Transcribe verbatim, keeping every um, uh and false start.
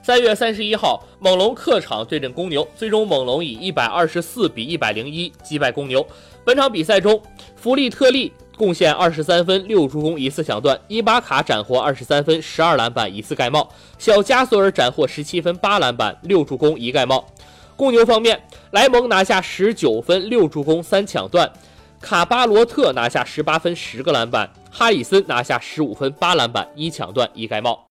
三月三十一号，猛龙客场对阵公牛，最终猛龙以一百二十四比一百零一击败公牛。本场比赛中，弗利特利贡献二十三分、六助攻、一次抢断；伊巴卡斩获二十三分、十二篮板、一次盖帽；小加索尔斩获十七分、八篮板、六助攻、一盖帽。公牛方面，莱蒙拿下十九分、六助攻、三抢断；卡巴罗特拿下十八分、十个篮板；哈里森拿下十五分、八篮板、一抢断、一盖帽。